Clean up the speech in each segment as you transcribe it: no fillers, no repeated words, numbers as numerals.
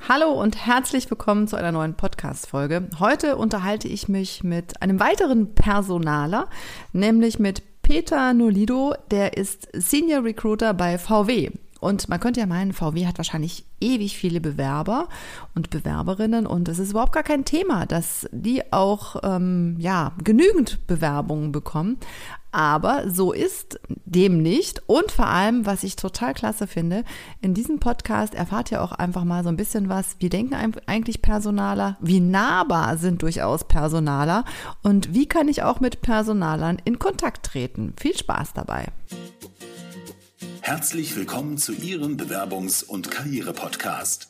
Hallo und herzlich willkommen zu einer neuen Podcast-Folge. Heute unterhalte ich mich mit einem weiteren Personaler, nämlich mit Peter Nolido. Der ist Senior Recruiter bei VW. Und man könnte ja meinen, VW hat wahrscheinlich ewig viele Bewerber und Bewerberinnen und es ist überhaupt gar kein Thema, dass die auch genügend Bewerbungen bekommen. Aber so ist dem nicht. Und vor allem, was ich total klasse finde, in diesem Podcast erfahrt ihr auch einfach mal so ein bisschen was, wie denken eigentlich Personaler, wie nahbar sind durchaus Personaler und wie kann ich auch mit Personalern in Kontakt treten. Viel Spaß dabei. Herzlich willkommen zu Ihrem Bewerbungs- und Karriere-Podcast.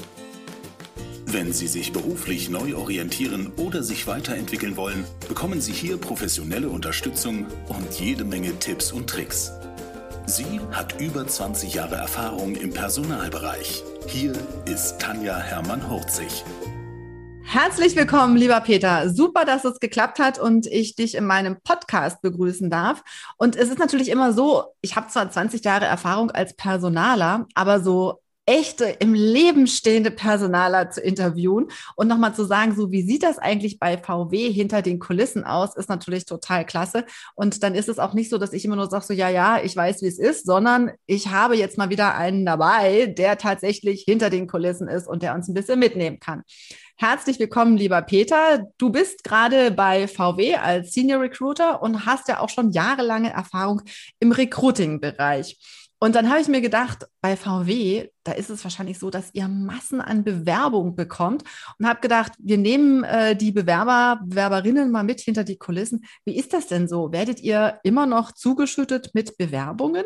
Wenn Sie sich beruflich neu orientieren oder sich weiterentwickeln wollen, bekommen Sie hier professionelle Unterstützung und jede Menge Tipps und Tricks. Sie hat über 20 Jahre Erfahrung im Personalbereich. Hier ist Tanja Hermann-Hurzig. Herzlich willkommen, lieber Peter. Super, dass es geklappt hat und ich dich in meinem Podcast begrüßen darf. Und es ist natürlich immer so, ich habe zwar 20 Jahre Erfahrung als Personaler, aber so echte, im Leben stehende Personaler zu interviewen und nochmal zu sagen, so wie sieht das eigentlich bei VW hinter den Kulissen aus, ist natürlich total klasse. Und dann ist es auch nicht so, dass ich immer nur sage, so ja, ich weiß, wie es ist, sondern ich habe jetzt mal wieder einen dabei, der tatsächlich hinter den Kulissen ist und der uns ein bisschen mitnehmen kann. Herzlich willkommen, lieber Peter. Du bist gerade bei VW als Senior Recruiter und hast ja auch schon jahrelange Erfahrung im Recruiting-Bereich. Und dann habe ich mir gedacht, bei VW, da ist es wahrscheinlich so, dass ihr Massen an Bewerbungen bekommt und habe gedacht, wir nehmen die Bewerberinnen mal mit hinter die Kulissen. Wie ist das denn so? Werdet ihr immer noch zugeschüttet mit Bewerbungen?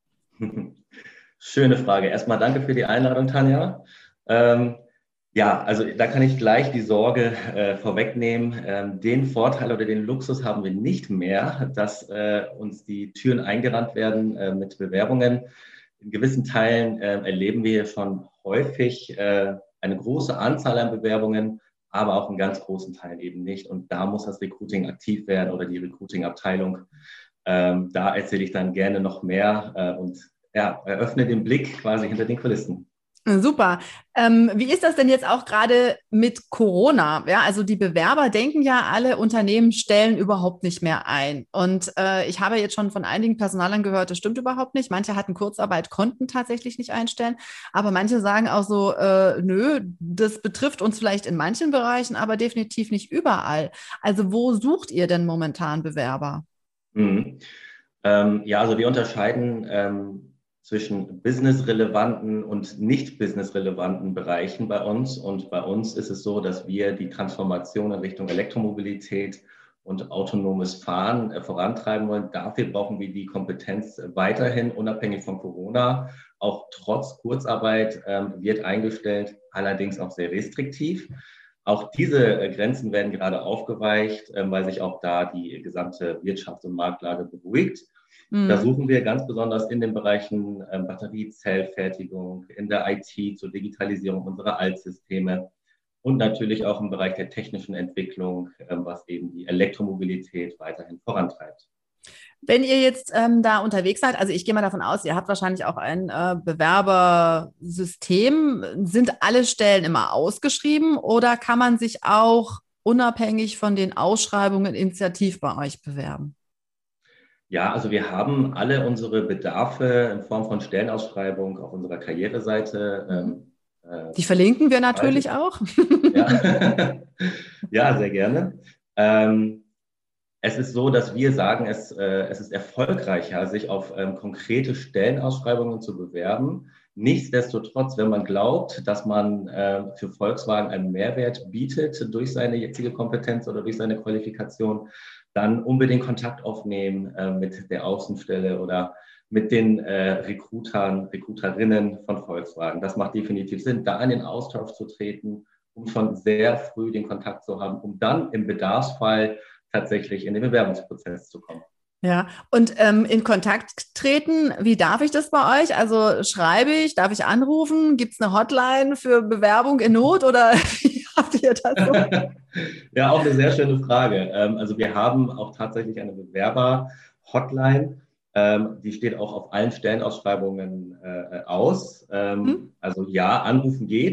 Schöne Frage. Erstmal danke für die Einladung, Tanja. Also da kann ich gleich die Sorge vorwegnehmen. Den Vorteil oder den Luxus haben wir nicht mehr, dass uns die Türen eingerannt werden mit Bewerbungen. In gewissen Teilen erleben wir schon häufig eine große Anzahl an Bewerbungen, aber auch in ganz großen Teilen eben nicht. Und da muss das Recruiting aktiv werden oder die Recruiting-Abteilung. Da erzähle ich dann gerne noch mehr und eröffne den Blick quasi hinter den Kulissen. Super. Wie ist das denn jetzt auch gerade mit Corona? Ja, also die Bewerber denken ja, alle Unternehmen stellen überhaupt nicht mehr ein. Und ich habe jetzt schon von einigen Personalern gehört, das stimmt überhaupt nicht. Manche hatten Kurzarbeit, konnten tatsächlich nicht einstellen. Aber manche sagen auch so, nö, das betrifft uns vielleicht in manchen Bereichen, aber definitiv nicht überall. Also wo sucht ihr denn momentan Bewerber? Also wir unterscheiden zwischen businessrelevanten und nicht businessrelevanten Bereichen bei uns. Und bei uns ist es so, dass wir die Transformation in Richtung Elektromobilität und autonomes Fahren vorantreiben wollen. Dafür brauchen wir die Kompetenz weiterhin, unabhängig von Corona. Auch trotz Kurzarbeit wird eingestellt, allerdings auch sehr restriktiv. Auch diese Grenzen werden gerade aufgeweicht, weil sich auch da die gesamte Wirtschafts- und Marktlage beruhigt. Da suchen wir ganz besonders in den Bereichen Batteriezellfertigung, in der IT zur Digitalisierung unserer Altsysteme und natürlich auch im Bereich der technischen Entwicklung, was eben die Elektromobilität weiterhin vorantreibt. Wenn ihr jetzt da unterwegs seid, also ich gehe mal davon aus, ihr habt wahrscheinlich auch ein Bewerbersystem. Sind alle Stellen immer ausgeschrieben oder kann man sich auch unabhängig von den Ausschreibungen initiativ bei euch bewerben? Ja, also wir haben alle unsere Bedarfe in Form von Stellenausschreibung auf unserer Karriereseite. Die verlinken wir natürlich auch. Ja, ja, sehr gerne. Es ist so, dass wir sagen, es ist erfolgreicher, sich auf konkrete Stellenausschreibungen zu bewerben. Nichtsdestotrotz, wenn man glaubt, dass man für Volkswagen einen Mehrwert bietet durch seine jetzige Kompetenz oder durch seine Qualifikation, dann unbedingt Kontakt aufnehmen mit der Außenstelle oder mit den Recruiterinnen von Volkswagen. Das macht definitiv Sinn, da in den Austausch zu treten, um schon sehr früh den Kontakt zu haben, um dann im Bedarfsfall tatsächlich in den Bewerbungsprozess zu kommen. Ja, und in Kontakt treten, wie darf ich das bei euch? Also schreibe ich, darf ich anrufen? Gibt es eine Hotline für Bewerbung in Not oder wie habt ihr das so? Ja, auch eine sehr schöne Frage. Also wir haben auch tatsächlich eine Bewerber-Hotline. Die steht auch auf allen Stellenausschreibungen aus. Also ja, anrufen geht.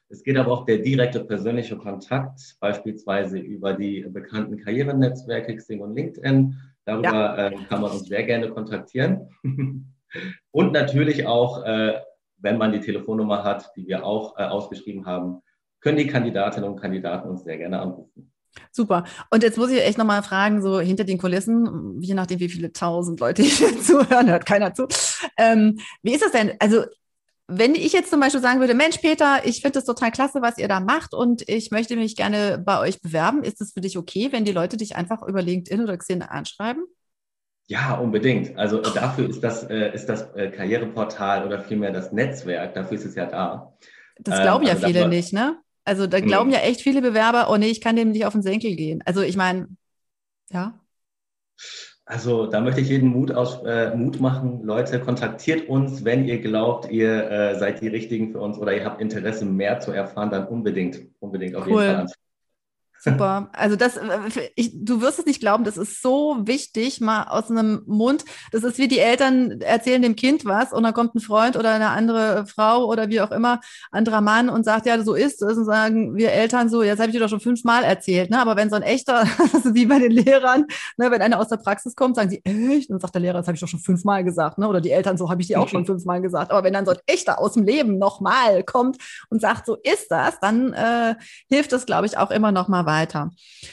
Es geht aber auch der direkte persönliche Kontakt, beispielsweise über die bekannten Karrierenetzwerke Xing und LinkedIn. Darüber kann man uns sehr gerne kontaktieren. Und natürlich auch, wenn man die Telefonnummer hat, die wir auch ausgeschrieben haben, können die Kandidatinnen und Kandidaten uns sehr gerne anrufen. Super. Und jetzt muss ich echt nochmal fragen, so hinter den Kulissen, je nachdem, wie viele tausend Leute hier zuhören, hört keiner zu. Wie ist das denn? Also, wenn ich jetzt zum Beispiel sagen würde, Mensch, Peter, ich finde es total klasse, was ihr da macht und ich möchte mich gerne bei euch bewerben, ist es für dich okay, wenn die Leute dich einfach über LinkedIn oder Xing anschreiben? Ja, unbedingt. Also dafür ist das Karriereportal oder vielmehr das Netzwerk, dafür ist es ja da. Das glauben ja Also viele nicht, ne? Also da glauben ja nee. echt viele Bewerber, oh nee, ich kann dem nicht auf den Senkel gehen. Also ich meine, ja. Also da möchte ich jeden Mut machen. Leute, kontaktiert uns, wenn ihr glaubt, ihr seid die Richtigen für uns oder ihr habt Interesse, mehr zu erfahren, dann unbedingt auf jeden Fall Cool. ansprechen. Super. Also du wirst es nicht glauben, das ist so wichtig, mal aus einem Mund. Das ist wie die Eltern erzählen dem Kind was und dann kommt ein Freund oder eine andere Frau oder wie auch immer, anderer Mann und sagt, ja, so ist es. Und sagen wir Eltern so, jetzt habe ich dir doch schon 5-mal erzählt. Ne? Aber wenn so ein echter, wie bei den Lehrern, ne, wenn einer aus der Praxis kommt, sagen sie, echt? Und dann sagt der Lehrer, das habe ich doch schon 5-mal gesagt. Ne? Oder die Eltern, so habe ich dir auch schon 5-mal gesagt. Aber wenn dann so ein echter aus dem Leben nochmal kommt und sagt, so ist das, dann hilft das, glaube ich, auch immer noch mal weiter.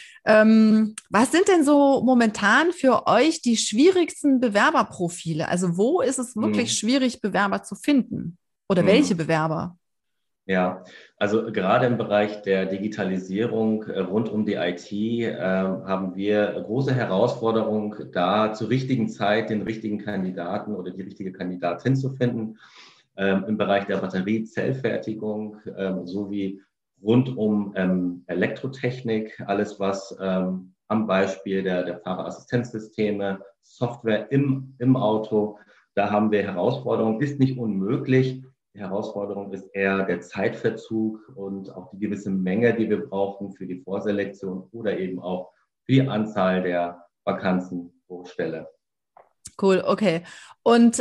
Was sind denn so momentan für euch die schwierigsten Bewerberprofile? Also wo ist es wirklich schwierig, Bewerber zu finden? Oder welche Bewerber? Ja, also gerade im Bereich der Digitalisierung rund um die IT haben wir große Herausforderung, da zur richtigen Zeit den richtigen Kandidaten oder die richtige Kandidatin zu finden. Im Bereich der Batteriezellfertigung sowie rund um Elektrotechnik, alles was am Beispiel der Fahrerassistenzsysteme, Software im Auto, da haben wir Herausforderungen, ist nicht unmöglich. Die Herausforderung ist eher der Zeitverzug und auch die gewisse Menge, die wir brauchen für die Vorselektion oder eben auch für die Anzahl der Vakanzen pro Stelle. Cool, okay. Und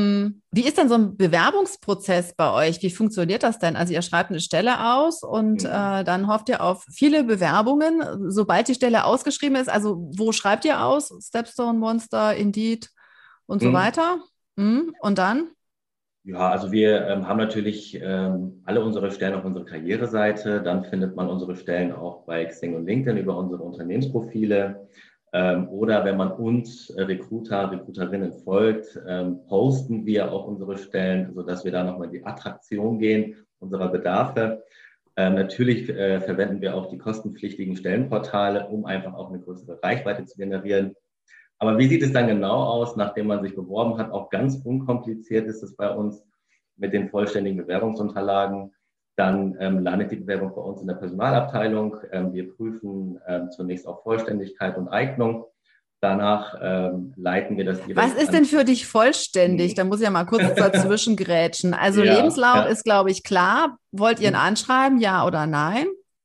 wie ist denn so ein Bewerbungsprozess bei euch? Wie funktioniert das denn? Also ihr schreibt eine Stelle aus und dann hofft ihr auf viele Bewerbungen, sobald die Stelle ausgeschrieben ist. Also wo schreibt ihr aus? Stepstone, Monster, Indeed und so weiter? Und dann? Ja, also wir haben natürlich alle unsere Stellen auf unserer Karriereseite. Dann findet man unsere Stellen auch bei Xing und LinkedIn über unsere Unternehmensprofile. Oder wenn man uns Recruiterinnen folgt, posten wir auch unsere Stellen, sodass wir da nochmal in die Attraktion gehen unserer Bedarfe. Natürlich verwenden wir auch die kostenpflichtigen Stellenportale, um einfach auch eine größere Reichweite zu generieren. Aber wie sieht es dann genau aus, nachdem man sich beworben hat? Auch ganz unkompliziert ist es bei uns mit den vollständigen Bewerbungsunterlagen. Dann landet die Bewerbung bei uns in der Personalabteilung. Wir prüfen zunächst auf Vollständigkeit und Eignung. Danach leiten wir das direkt Was ist denn für dich vollständig? Da muss ich ja mal kurz dazwischen grätschen. Also Lebenslauf ist, glaube ich, klar. Wollt ihr ein Anschreiben, ja oder nein?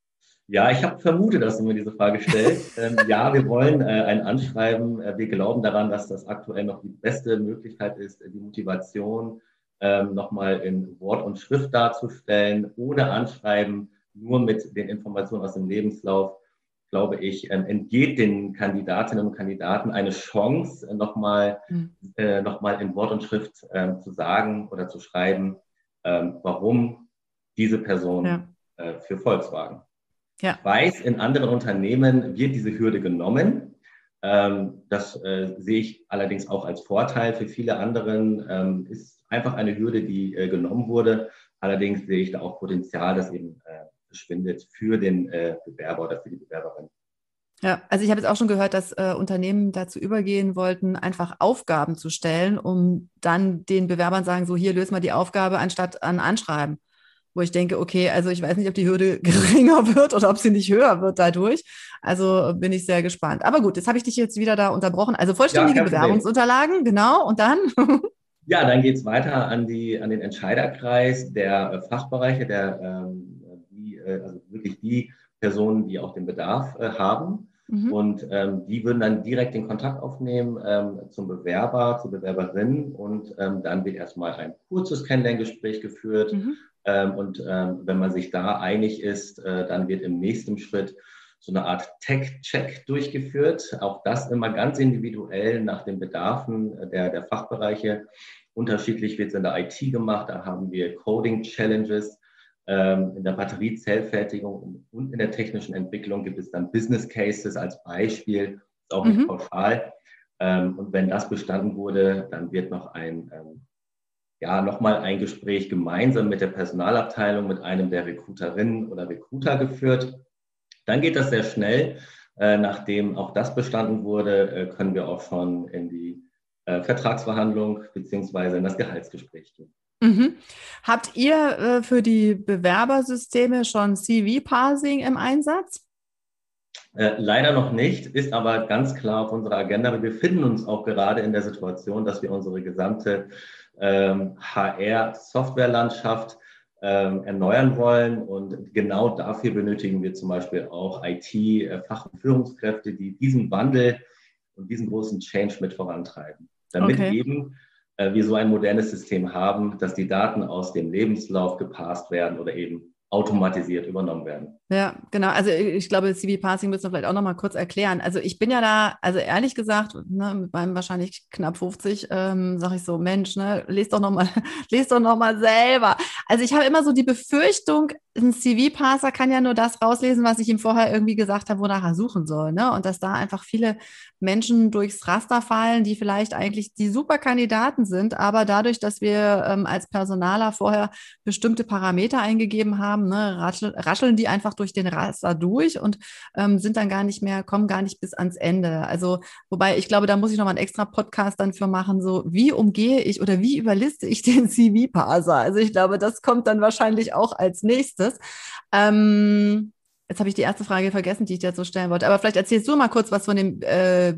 Ja, ich habe vermutet, dass du mir diese Frage stellst. Ja, wir wollen ein Anschreiben. Wir glauben daran, dass das aktuell noch die beste Möglichkeit ist, die Motivation nochmal in Wort und Schrift darzustellen. Ohne Anschreiben, nur mit den Informationen aus dem Lebenslauf, glaube ich, entgeht den Kandidatinnen und Kandidaten eine Chance, nochmal in Wort und Schrift zu sagen oder zu schreiben, warum diese Person für Volkswagen. Ja. Ich weiß, in anderen Unternehmen wird diese Hürde genommen. Das sehe ich allerdings auch als Vorteil. Für viele anderen ist einfach eine Hürde, die genommen wurde. Allerdings sehe ich da auch Potenzial, das eben verschwindet für den Bewerber oder für die Bewerberin. Ja, also ich habe jetzt auch schon gehört, dass Unternehmen dazu übergehen wollten, einfach Aufgaben zu stellen, um dann den Bewerbern sagen, so hier löst mal die Aufgabe anstatt an Anschreiben. Wo ich denke, okay, also ich weiß nicht, ob die Hürde geringer wird oder ob sie nicht höher wird dadurch. Also bin ich sehr gespannt. Aber gut, jetzt habe ich dich jetzt wieder da unterbrochen. Also vollständige Bewerbungsunterlagen, genau. Und dann? Ja, dann geht es weiter an den Entscheiderkreis der Fachbereiche, also wirklich die Personen, die auch den Bedarf haben. Und die würden dann direkt den Kontakt aufnehmen zum Bewerber, zur Bewerberin. Und dann wird erstmal ein kurzes Kennenlerngespräch geführt. Wenn man sich da einig ist, dann wird im nächsten Schritt so eine Art Tech-Check durchgeführt. Auch das immer ganz individuell nach den Bedarfen der Fachbereiche. Unterschiedlich wird es in der IT gemacht. Da haben wir Coding-Challenges. In der Batteriezellfertigung und in der technischen Entwicklung gibt es dann Business Cases als Beispiel. Ist auch nicht pauschal. Und wenn das bestanden wurde, dann wird nochmal ein Gespräch gemeinsam mit der Personalabteilung, mit einem der Recruiterinnen oder Recruiter geführt. Dann geht das sehr schnell. Nachdem auch das bestanden wurde, können wir auch schon in die Vertragsverhandlung beziehungsweise in das Gehaltsgespräch gehen. Mhm. Habt ihr für die Bewerbersysteme schon CV-Parsing im Einsatz? Leider noch nicht, ist aber ganz klar auf unserer Agenda. Wir befinden uns auch gerade in der Situation, dass wir unsere gesamte HR-Softwarelandschaft erneuern wollen. Und genau dafür benötigen wir zum Beispiel auch IT-Fach- und Führungskräfte, die diesen Wandel und diesen großen Change mit vorantreiben. Damit eben wir so ein modernes System haben, dass die Daten aus dem Lebenslauf gepasst werden oder eben automatisiert übernommen werden. Ja, genau. Also ich glaube, CV-Parsing müssen wir vielleicht auch noch mal kurz erklären. Also ich bin ja da, also ehrlich gesagt, ne, mit meinem wahrscheinlich knapp 50, sage ich so, Mensch, ne, lest doch noch mal selber. Also ich habe immer so die Befürchtung, ein CV-Parser kann ja nur das rauslesen, was ich ihm vorher irgendwie gesagt habe, wonach er suchen soll, ne? Und dass da einfach viele Menschen durchs Raster fallen, die vielleicht eigentlich die super Kandidaten sind, aber dadurch, dass wir als Personaler vorher bestimmte Parameter eingegeben haben, ne, rascheln die einfach durch den Raster durch und sind dann kommen gar nicht bis ans Ende. Also, wobei ich glaube, da muss ich noch mal einen extra Podcast dann für machen, so wie umgehe ich oder wie überliste ich den CV-Parser? Also ich glaube, das kommt dann wahrscheinlich auch als nächstes. Jetzt habe ich die erste Frage vergessen, die ich dir jetzt so stellen wollte. Aber vielleicht erzählst du mal kurz was von dem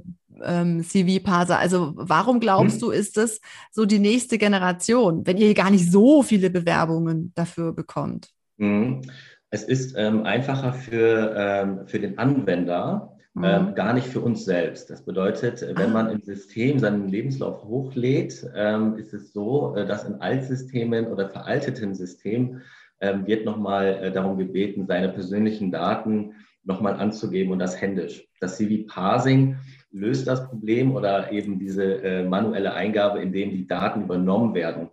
CV-Parser. Also warum glaubst du, ist das so die nächste Generation, wenn ihr gar nicht so viele Bewerbungen dafür bekommt? Es ist einfacher für den Anwender, gar nicht für uns selbst. Das bedeutet, wenn man im System seinen Lebenslauf hochlädt, ist es so, dass in Altsystemen oder veralteten Systemen wird nochmal darum gebeten, seine persönlichen Daten nochmal anzugeben und das händisch. Das CV-Parsing löst das Problem oder eben diese manuelle Eingabe, indem die Daten übernommen werden.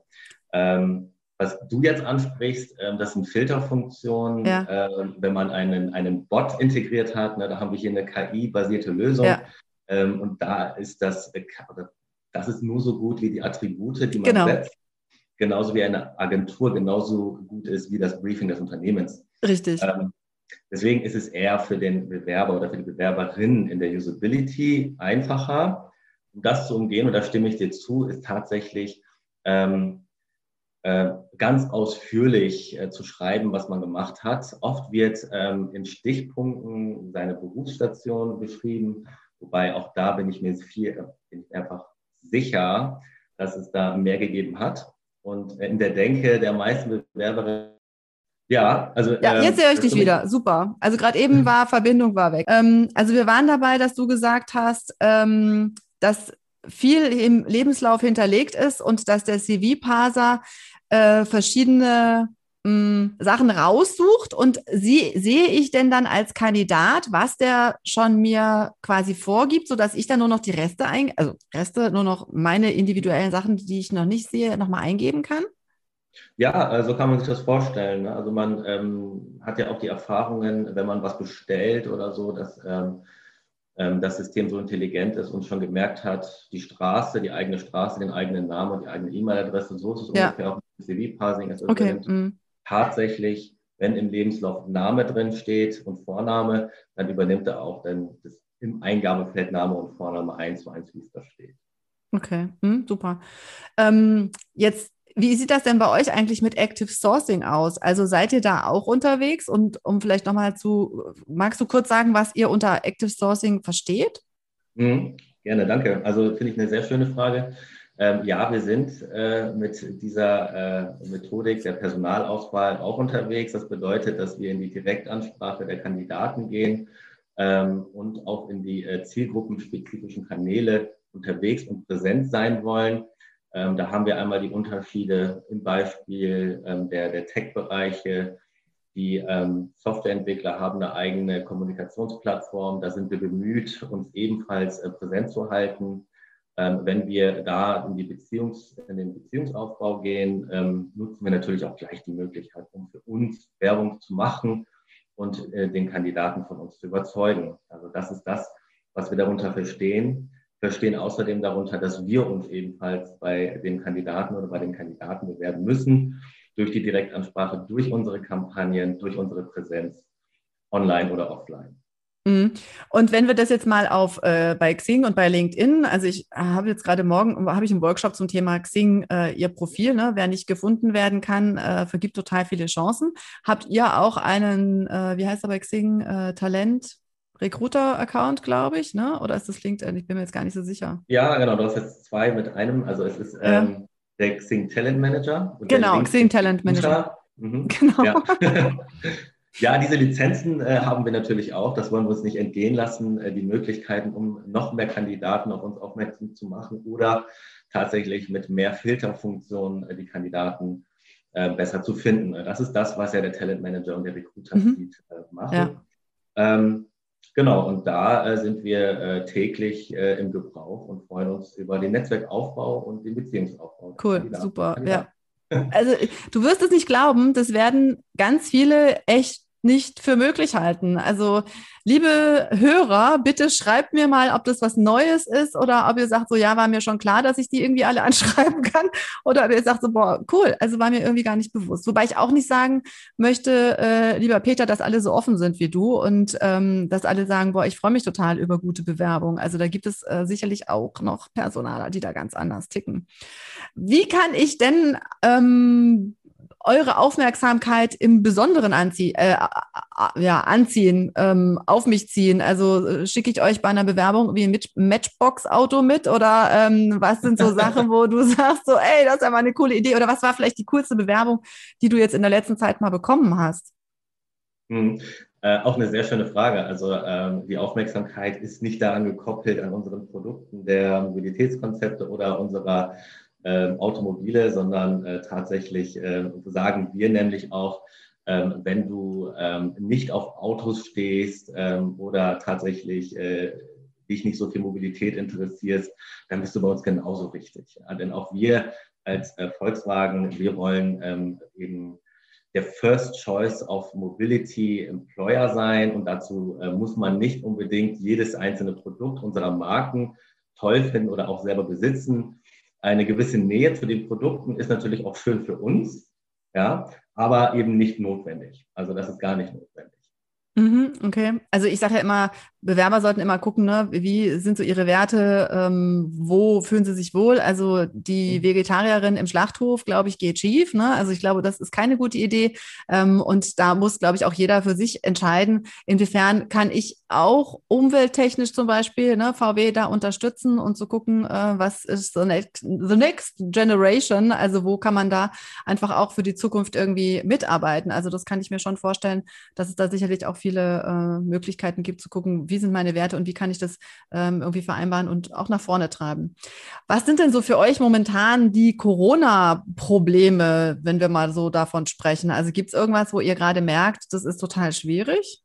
Was du jetzt ansprichst, das sind Filterfunktionen, wenn man einen Bot integriert hat, ne, da haben wir hier eine KI-basierte Lösung. Ja. Und da ist das ist nur so gut wie die Attribute, die man setzt. Genauso wie eine Agentur genauso gut ist wie das Briefing des Unternehmens. Richtig. Deswegen ist es eher für den Bewerber oder für die Bewerberin in der Usability einfacher. Um das zu umgehen, und da stimme ich dir zu, ist tatsächlich ganz ausführlich zu schreiben, was man gemacht hat. Oft wird in Stichpunkten seine Berufsstation beschrieben, wobei auch da bin ich mir einfach sicher, dass es da mehr gegeben hat. Und in der Denke der meisten Bewerberinnen, jetzt sehe ich dich wieder. Super. Also gerade eben Verbindung war weg. Also wir waren dabei, dass du gesagt hast, dass viel im Lebenslauf hinterlegt ist und dass der CV-Parser verschiedene Sachen raussucht und sehe ich denn dann als Kandidat, was der schon mir quasi vorgibt, sodass ich dann nur noch die Reste, nur noch meine individuellen Sachen, die ich noch nicht sehe, nochmal eingeben kann? Ja, so kann man sich das vorstellen. Ne? Also man hat ja auch die Erfahrungen, wenn man was bestellt oder so, dass das System so intelligent ist und schon gemerkt hat, die Straße, die eigene Straße, den eigenen Namen und die eigene E-Mail-Adresse, so ist es ungefähr auch mit CV-Parsing. Es übernimmt tatsächlich, wenn im Lebenslauf Name drin steht und Vorname, dann übernimmt er auch dann das im Eingabefeld Name und Vorname 1:1, wie es da steht. Okay, super. Jetzt, wie sieht das denn bei euch eigentlich mit Active Sourcing aus? Also seid ihr da auch unterwegs? Und vielleicht nochmal magst du kurz sagen, was ihr unter Active Sourcing versteht? Gerne, danke. Also finde ich eine sehr schöne Frage. Ja, wir sind mit dieser Methodik der Personalauswahl auch unterwegs. Das bedeutet, dass wir in die Direktansprache der Kandidaten gehen und auch in die zielgruppenspezifischen Kanäle unterwegs und präsent sein wollen. Da haben wir einmal die Unterschiede im Beispiel der Tech-Bereiche. Die Softwareentwickler haben eine eigene Kommunikationsplattform. Da sind wir bemüht, uns ebenfalls präsent zu halten. Wenn wir da in den Beziehungsaufbau gehen, nutzen wir natürlich auch gleich die Möglichkeit, um für uns Werbung zu machen und den Kandidaten von uns zu überzeugen. Also das ist das, was wir darunter verstehen. Wir verstehen außerdem darunter, dass wir uns ebenfalls bei dem Kandidaten oder bei den Kandidaten bewerben müssen, durch die Direktansprache, durch unsere Kampagnen, durch unsere Präsenz, online oder offline. Und wenn wir das jetzt mal auf bei Xing und bei LinkedIn, also ich habe jetzt gerade morgen, habe ich einen Workshop zum Thema Xing, Ihr Profil, ne? Wer nicht gefunden werden kann, vergibt total viele Chancen. Habt ihr auch einen, wie heißt er bei Xing, Talent? Recruiter-Account, glaube ich, ne? Oder ist das LinkedIn? Ich bin mir jetzt gar nicht so sicher. Ja, genau, du hast jetzt zwei mit einem. Also es ist der Xing Talent Manager und der Genau, Xing Talent Manager. Genau. Ja. Ja, diese Lizenzen haben wir natürlich auch. Das wollen wir uns nicht entgehen lassen. Die Möglichkeiten, um noch mehr Kandidaten auf uns aufmerksam zu machen oder tatsächlich mit mehr Filterfunktionen die Kandidaten besser zu finden. Das ist das, was ja der Talent Manager und der Recruiter Suite machen. Ja. Genau, und da sind wir täglich im Gebrauch und freuen uns über den Netzwerkaufbau und den Beziehungsaufbau. Cool, super, ja. Also du wirst es nicht glauben, das werden ganz viele echt nicht für möglich halten. Also liebe Hörer, bitte schreibt mir mal, ob das was Neues ist oder ob ihr sagt, so ja, war mir schon klar, dass ich die irgendwie alle anschreiben kann oder ob ihr sagt so, boah, cool, also war mir irgendwie gar nicht bewusst. Wobei ich auch nicht sagen möchte, lieber Peter, dass alle so offen sind wie du und dass alle sagen, boah, ich freue mich total über gute Bewerbung. Also da gibt es sicherlich auch noch Personaler, die da ganz anders ticken. Wie kann ich denn eure Aufmerksamkeit im Besonderen anziehen, auf mich ziehen? Also schicke ich euch bei einer Bewerbung wie ein Matchbox-Auto mit oder was sind so Sachen, wo du sagst, so ey, das ist ja mal eine coole Idee oder was war vielleicht die coolste Bewerbung, die du jetzt in der letzten Zeit mal bekommen hast? Auch eine sehr schöne Frage. Also die Aufmerksamkeit ist nicht daran gekoppelt an unseren Produkten der Mobilitätskonzepte oder unserer Automobile, sondern tatsächlich sagen wir nämlich auch, wenn du nicht auf Autos stehst oder tatsächlich dich nicht so für Mobilität interessierst, dann bist du bei uns genauso richtig. Ja, denn auch wir als Volkswagen, wir wollen eben der First Choice of Mobility Employer sein und dazu muss man nicht unbedingt jedes einzelne Produkt unserer Marken toll finden oder auch selber besitzen. Eine gewisse Nähe zu den Produkten ist natürlich auch schön für uns, ja, aber eben nicht notwendig. Also das ist gar nicht notwendig. Okay. Also ich sage ja immer, Bewerber sollten immer gucken, ne, wie sind so ihre Werte, wo fühlen sie sich wohl? Also die Vegetarierin im Schlachthof, glaube ich, geht schief. Ne? Also ich glaube, das ist keine gute Idee. Und da muss, glaube ich, auch jeder für sich entscheiden, inwiefern kann ich auch umwelttechnisch zum Beispiel VW da unterstützen und zu gucken, was ist the next generation, also wo kann man da einfach auch für die Zukunft irgendwie mitarbeiten. Also das kann ich mir schon vorstellen, dass es da sicherlich auch viele Möglichkeiten gibt zu gucken, wie sind meine Werte und wie kann ich das irgendwie vereinbaren und auch nach vorne treiben. Was sind denn so für euch momentan die Corona-Probleme, wenn wir mal so davon sprechen? Also gibt es irgendwas, wo ihr gerade merkt, das ist total schwierig?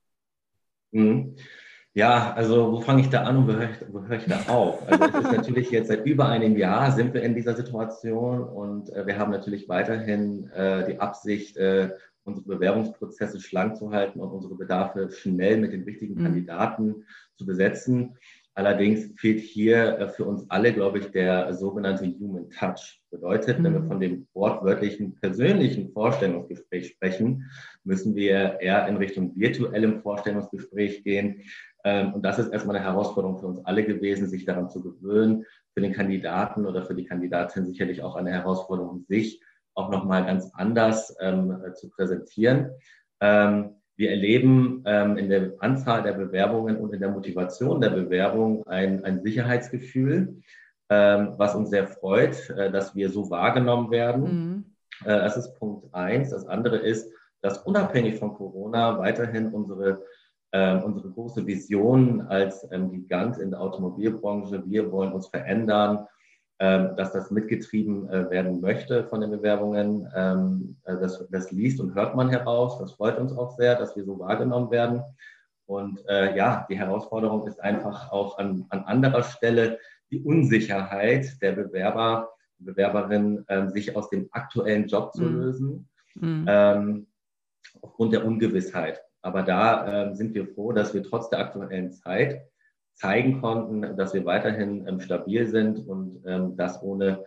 Ja, also wo fange ich da an und wo höre ich da auf? Also es ist natürlich jetzt seit über einem Jahr sind wir in dieser Situation und wir haben natürlich weiterhin die Absicht, unsere Bewerbungsprozesse schlank zu halten und unsere Bedarfe schnell mit den richtigen Kandidaten zu besetzen. Allerdings fehlt hier für uns alle, glaube ich, der sogenannte Human Touch. Bedeutet, wenn wir von dem wortwörtlichen persönlichen Vorstellungsgespräch sprechen, müssen wir eher in Richtung virtuellem Vorstellungsgespräch gehen. Und das ist erstmal eine Herausforderung für uns alle gewesen, sich daran zu gewöhnen. Für den Kandidaten oder für die Kandidatin sicherlich auch eine Herausforderung, sich auch nochmal ganz anders zu präsentieren. Wir erleben in der Anzahl der Bewerbungen und in der Motivation der Bewerbung ein Sicherheitsgefühl, was uns sehr freut, dass wir so wahrgenommen werden. Das ist Punkt 1. Das andere ist, dass unabhängig von Corona weiterhin unsere große Vision als Gigant in der Automobilbranche, wir wollen uns verändern, dass das mitgetrieben werden möchte von den Bewerbungen. Das liest und hört man heraus. Das freut uns auch sehr, dass wir so wahrgenommen werden. Und die Herausforderung ist einfach auch an anderer Stelle die Unsicherheit der Bewerber, Bewerberin, sich aus dem aktuellen Job zu lösen, aufgrund der Ungewissheit. Aber da sind wir froh, dass wir trotz der aktuellen Zeit zeigen konnten, dass wir weiterhin stabil sind und das ohne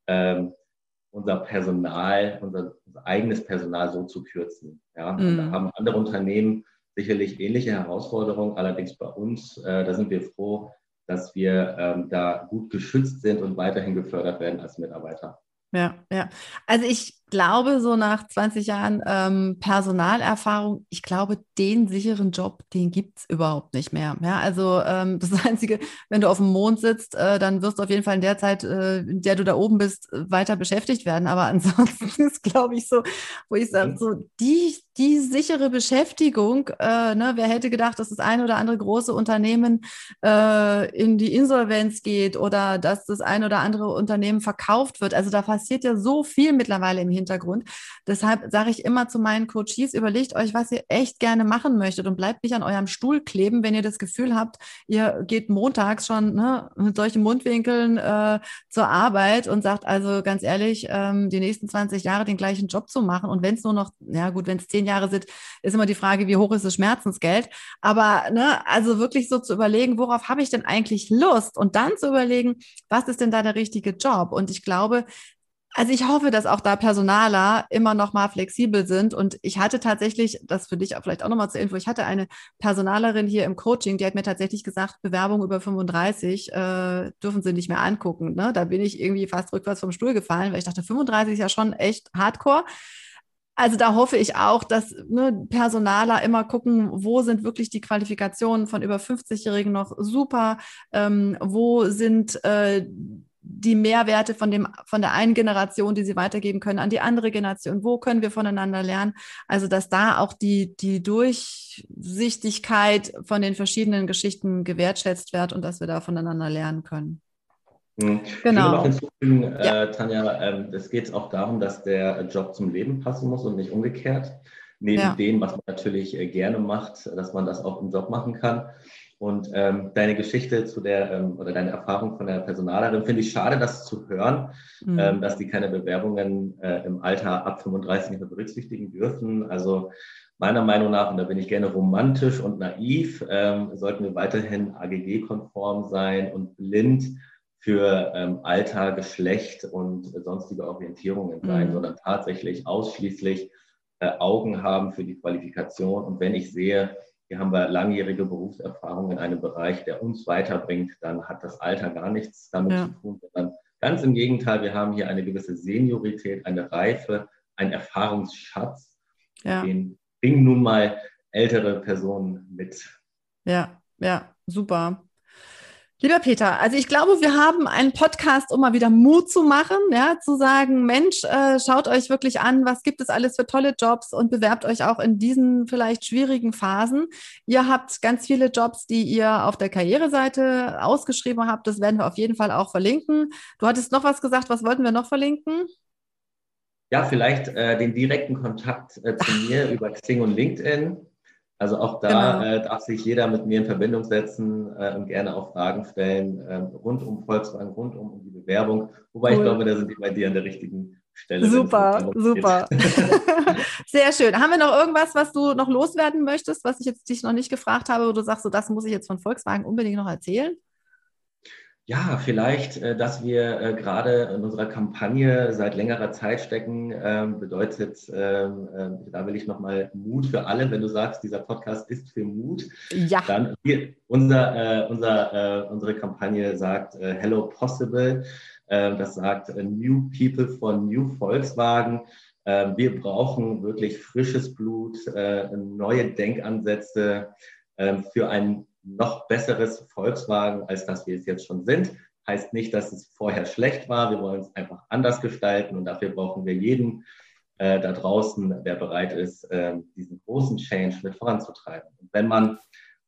unser Personal, unser eigenes Personal so zu kürzen. Ja? Und da haben andere Unternehmen sicherlich ähnliche Herausforderungen, allerdings bei uns, da sind wir froh, dass wir da gut geschützt sind und weiterhin gefördert werden als Mitarbeiter. Ja, ja. Also ich glaube, so nach 20 Jahren Personalerfahrung, ich glaube, den sicheren Job, den gibt es überhaupt nicht mehr. Ja, also das Einzige, wenn du auf dem Mond sitzt, dann wirst du auf jeden Fall in der Zeit, in der du da oben bist, weiter beschäftigt werden. Aber ansonsten ist, glaube ich, so, wo ich sage, so die sichere Beschäftigung, wer hätte gedacht, dass das eine oder andere große Unternehmen in die Insolvenz geht oder dass das ein oder andere Unternehmen verkauft wird. Also da passiert ja so viel mittlerweile im Hintergrund. Deshalb sage ich immer zu meinen Coaches, überlegt euch, was ihr echt gerne machen möchtet und bleibt nicht an eurem Stuhl kleben, wenn ihr das Gefühl habt, ihr geht montags schon mit solchen Mundwinkeln zur Arbeit und sagt also ganz ehrlich, die nächsten 20 Jahre den gleichen Job zu machen und wenn es nur noch, ja gut, wenn es 10 Jahre sind, ist immer die Frage, wie hoch ist das Schmerzensgeld, aber also wirklich so zu überlegen, worauf habe ich denn eigentlich Lust und dann zu überlegen, was ist denn da der richtige Job und ich glaube, also ich hoffe, dass auch da Personaler immer noch mal flexibel sind. Und ich hatte tatsächlich, das für dich auch vielleicht auch noch mal zur Info, ich hatte eine Personalerin hier im Coaching, die hat mir tatsächlich gesagt, Bewerbung über 35 dürfen sie nicht mehr angucken. Ne? Da bin ich irgendwie fast rückwärts vom Stuhl gefallen, weil ich dachte, 35 ist ja schon echt hardcore. Also da hoffe ich auch, dass Personaler immer gucken, wo sind wirklich die Qualifikationen von über 50-Jährigen noch super, wo sind die Mehrwerte von der einen Generation, die sie weitergeben können an die andere Generation, wo können wir voneinander lernen? Also dass da auch die Durchsichtigkeit von den verschiedenen Geschichten gewertschätzt wird und dass wir da voneinander lernen können. Genau. Ich würde noch hinzufügen, Tanja, es geht auch darum, dass der Job zum Leben passen muss und nicht umgekehrt. Neben dem, was man natürlich gerne macht, dass man das auch im Job machen kann. Und deine Geschichte oder deine Erfahrung von der Personalerin finde ich schade, das zu hören, dass die keine Bewerbungen im Alter ab 35 nicht mehr berücksichtigen dürfen. Also meiner Meinung nach, und da bin ich gerne romantisch und naiv, sollten wir weiterhin AGG-konform sein und blind für Alter, Geschlecht und sonstige Orientierungen sein, sondern tatsächlich ausschließlich Augen haben für die Qualifikation. Und wenn ich sehe, hier haben wir langjährige Berufserfahrung in einem Bereich, der uns weiterbringt, dann hat das Alter gar nichts damit zu tun, sondern ganz im Gegenteil, wir haben hier eine gewisse Seniorität, eine Reife, einen Erfahrungsschatz, den bringen nun mal ältere Personen mit. Ja, super. Lieber Peter, also ich glaube, wir haben einen Podcast, um mal wieder Mut zu machen, zu sagen, Mensch, schaut euch wirklich an, was gibt es alles für tolle Jobs und bewerbt euch auch in diesen vielleicht schwierigen Phasen. Ihr habt ganz viele Jobs, die ihr auf der Karriereseite ausgeschrieben habt. Das werden wir auf jeden Fall auch verlinken. Du hattest noch was gesagt, was wollten wir noch verlinken? Ja, vielleicht den direkten Kontakt zu mir über Xing und LinkedIn. Also auch da darf sich jeder mit mir in Verbindung setzen und gerne auch Fragen stellen rund um Volkswagen, rund um die Bewerbung. Wobei ich glaube, da sind die bei dir an der richtigen Stelle. Super. Sehr schön. Haben wir noch irgendwas, was du noch loswerden möchtest, was ich jetzt dich noch nicht gefragt habe, wo du sagst, so das muss ich jetzt von Volkswagen unbedingt noch erzählen? Ja, vielleicht, dass wir gerade in unserer Kampagne seit längerer Zeit stecken, bedeutet, da will ich nochmal Mut für alle, wenn du sagst, dieser Podcast ist für Mut. Ja. Dann unsere Kampagne sagt Hello Possible, das sagt New People von New Volkswagen. Wir brauchen wirklich frisches Blut, neue Denkansätze für ein noch besseres Volkswagen, als dass wir es jetzt schon sind. Heißt nicht, dass es vorher schlecht war. Wir wollen es einfach anders gestalten und dafür brauchen wir jeden da draußen, der bereit ist, diesen großen Change mit voranzutreiben. Und wenn man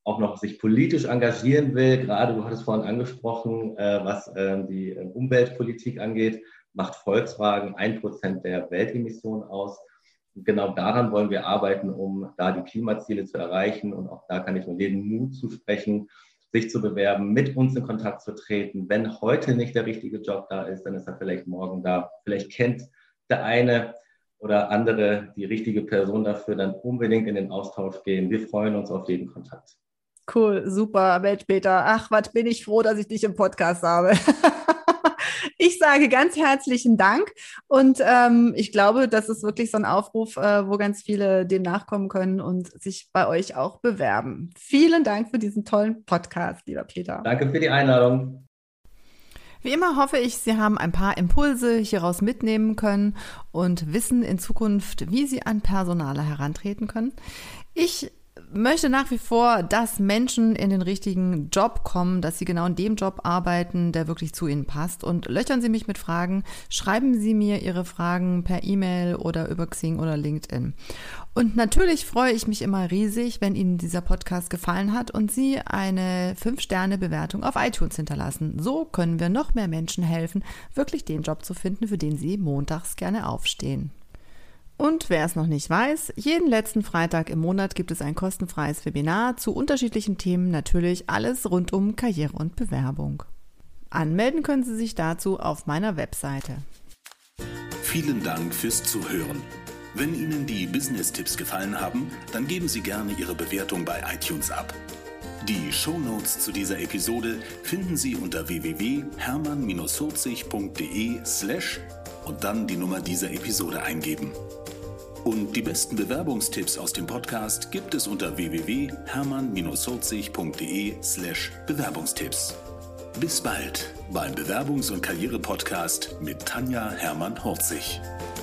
auch noch sich politisch engagieren will, gerade du hattest vorhin angesprochen, was die Umweltpolitik angeht, macht Volkswagen 1% der Weltemissionen aus. Und genau daran wollen wir arbeiten, um da die Klimaziele zu erreichen. Und auch da kann ich nur jedem Mut zusprechen, sich zu bewerben, mit uns in Kontakt zu treten. Wenn heute nicht der richtige Job da ist, dann ist er vielleicht morgen da. Vielleicht kennt der eine oder andere die richtige Person dafür, dann unbedingt in den Austausch gehen. Wir freuen uns auf jeden Kontakt. Cool, super, Mensch, Peter. Ach, was bin ich froh, dass ich dich im Podcast habe. Ich sage ganz herzlichen Dank und ich glaube, das ist wirklich so ein Aufruf, wo ganz viele dem nachkommen können und sich bei euch auch bewerben. Vielen Dank für diesen tollen Podcast, lieber Peter. Danke für die Einladung. Wie immer hoffe ich, Sie haben ein paar Impulse hieraus mitnehmen können und wissen in Zukunft, wie Sie an Personaler herantreten können. Ich möchte nach wie vor, dass Menschen in den richtigen Job kommen, dass sie genau in dem Job arbeiten, der wirklich zu ihnen passt. Und löchern Sie mich mit Fragen, schreiben Sie mir Ihre Fragen per E-Mail oder über Xing oder LinkedIn. Und natürlich freue ich mich immer riesig, wenn Ihnen dieser Podcast gefallen hat und Sie eine 5-Sterne-Bewertung auf iTunes hinterlassen. So können wir noch mehr Menschen helfen, wirklich den Job zu finden, für den Sie montags gerne aufstehen. Und wer es noch nicht weiß, jeden letzten Freitag im Monat gibt es ein kostenfreies Webinar zu unterschiedlichen Themen, natürlich alles rund um Karriere und Bewerbung. Anmelden können Sie sich dazu auf meiner Webseite. Vielen Dank fürs Zuhören. Wenn Ihnen die Business-Tipps gefallen haben, dann geben Sie gerne Ihre Bewertung bei iTunes ab. Die Shownotes zu dieser Episode finden Sie unter www.hermann-40.de/ und dann die Nummer dieser Episode eingeben. Und die besten Bewerbungstipps aus dem Podcast gibt es unter www.hermann-40.de/Bewerbungstipps. Bis bald beim Bewerbungs- und Karriere-Podcast mit Tanja Hermann-Horzig.